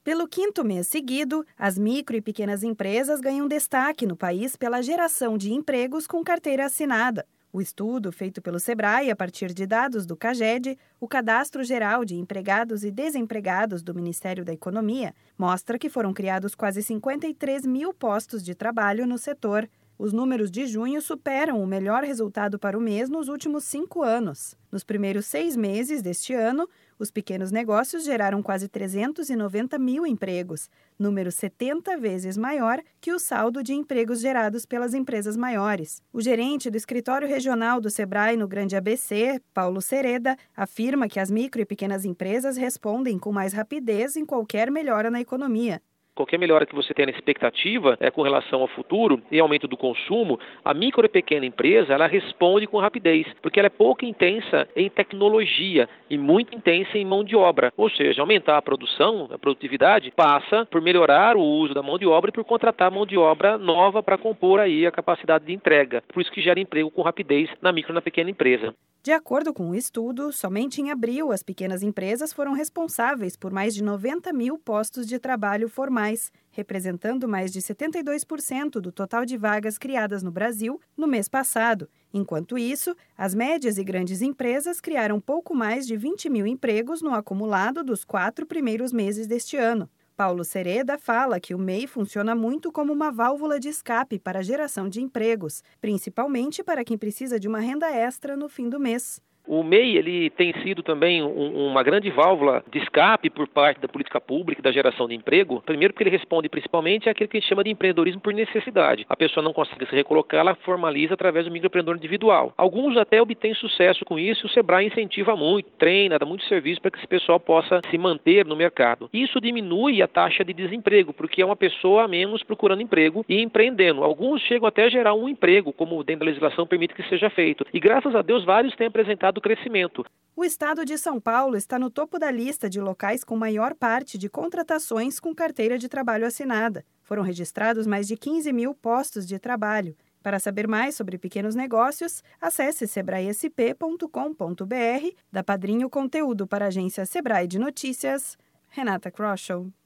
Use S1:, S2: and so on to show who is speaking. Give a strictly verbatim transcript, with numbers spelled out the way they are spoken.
S1: Pelo quinto mês seguido, as micro e pequenas empresas ganham destaque no país pela geração de empregos com carteira assinada. O estudo, feito pelo Sebrae a partir de dados do CAGED, o Cadastro Geral de Empregados e Desempregados do Ministério da Economia, mostra que foram criados quase cinquenta e três mil postos de trabalho no setor. Os números de junho superam o melhor resultado para o mês nos últimos cinco anos. Nos primeiros seis meses deste ano, os pequenos negócios geraram quase trezentos e noventa mil empregos, número setenta vezes maior que o saldo de empregos gerados pelas empresas maiores. O gerente do Escritório Regional do Sebrae no Grande A B C, Paulo Sereda, afirma que as micro e pequenas empresas respondem com mais rapidez em qualquer melhora na economia.
S2: Qualquer melhora que você tenha na expectativa é, com relação ao futuro e aumento do consumo, a micro e pequena empresa ela responde com rapidez, porque ela é pouco intensa em tecnologia e muito intensa em mão de obra. Ou seja, aumentar a produção, a produtividade, passa por melhorar o uso da mão de obra e por contratar mão de obra nova para compor aí a capacidade de entrega. Por isso que gera emprego com rapidez na micro e na pequena empresa.
S1: De acordo com o estudo, somente em abril as pequenas empresas foram responsáveis por mais de noventa mil postos de trabalho formais, representando mais de setenta e dois por cento do total de vagas criadas no Brasil no mês passado. Enquanto isso, as médias e grandes empresas criaram pouco mais de vinte mil empregos no acumulado dos quatro primeiros meses deste ano. Paulo Sereda fala que o M E I funciona muito como uma válvula de escape para a geração de empregos, principalmente para quem precisa de uma renda extra no fim do mês.
S2: O M E I ele tem sido também um, uma grande válvula de escape por parte da política pública e da geração de emprego. Primeiro porque ele responde principalmente àquilo que a gente chama de empreendedorismo por necessidade. A pessoa não consegue se recolocar, ela formaliza através do microempreendedor individual. Alguns até obtêm sucesso com isso e o Sebrae incentiva muito, treina, dá muito serviço para que esse pessoal possa se manter no mercado. Isso diminui a taxa de desemprego, porque é uma pessoa a menos procurando emprego e empreendendo. Alguns chegam até a gerar um emprego, como dentro da legislação permite que seja feito. E graças a Deus vários têm apresentado do crescimento.
S1: O estado de São Paulo está no topo da lista de locais com maior parte de contratações com carteira de trabalho assinada. Foram registrados mais de quinze mil postos de trabalho. Para saber mais sobre pequenos negócios, acesse sebrae s p ponto com ponto b r. Da Padrinho Conteúdo para a agência Sebrae de Notícias, Renata Kroschel.